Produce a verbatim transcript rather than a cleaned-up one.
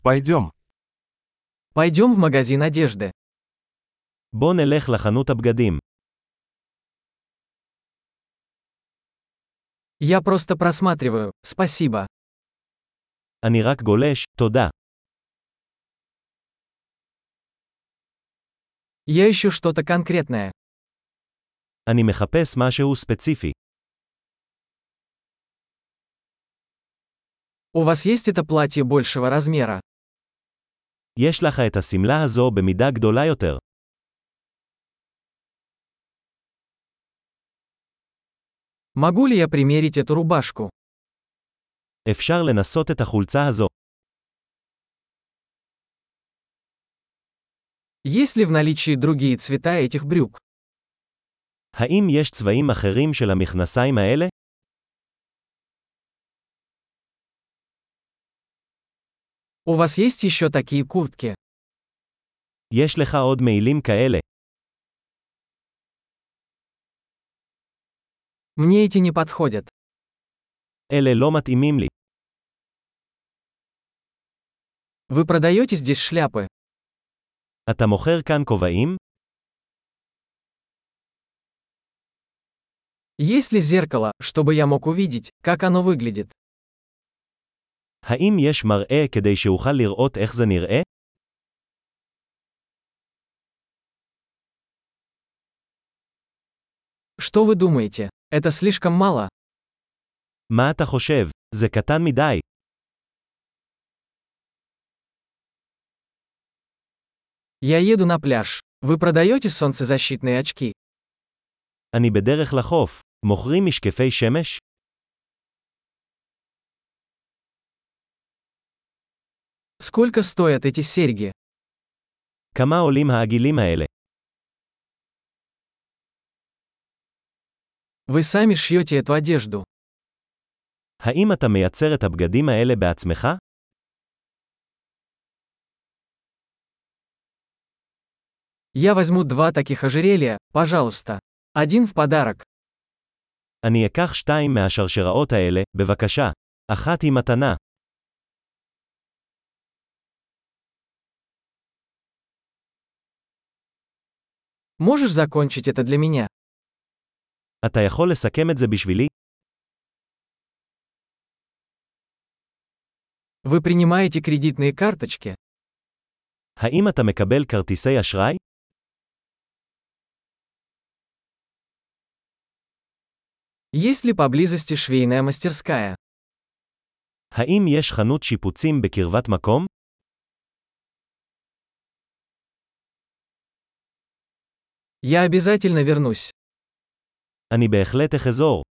Пойдем. Пойдем в магазин одежды. בוא נלך לחנות הבגדים. Я просто просматриваю, спасибо. אני רק גולש, תודה. Я ищу что-то конкретное. אני מחפש משהו ספציפי. У вас есть это платье большего размера? יש לך את הסמלה הזו במידה גדולה יותר. Могу ли я примерить эту рубашку? אפשר לנסות את החולצה הזו. Есть ли в наличии другие цвета этих брюк? האם יש צבעים אחרים של המכנסיים האלה? У вас есть еще такие куртки? יש לך עוד מעילים כאלה. Мне эти не подходят. אלה לא מתאימים לי. Вы продаете здесь шляпы? אתה מוכר כאן כובעים? Есть ли зеркало, чтобы я мог увидеть, как оно выглядит? האם יש מראה כדי שאוכל לראות איך זה נראה? Что вы думаете? Это слишком мало? מה אתה חושב? זה קטן מדי. Я еду на пляж. Вы продаете солнцезащитные очки? אני בדרך לחוף. מוכרים משקפי שמש? Сколько стоят эти серьги? כמה עולים העגילים האלה? Вы сами шьете эту одежду. האם אתה מייצר את הבגדים האלה בעצמך? Я возьму два таких ожерелья, пожалуйста. Один в подарок. אני אקח שתיים מהשרשראות האלה, בבקשה. אחת היא מתנה. Можешь закончить это для меня? אתה יכול לסכם את זה בשבילי? Вы принимаете кредитные карточки? האם אתה מקבל כרטיסי אשראי? Есть ли поблизости швейная мастерская? האם יש חנות שיפוצים בקרבת מקום? Я обязательно вернусь. אני בהחלט אחזור.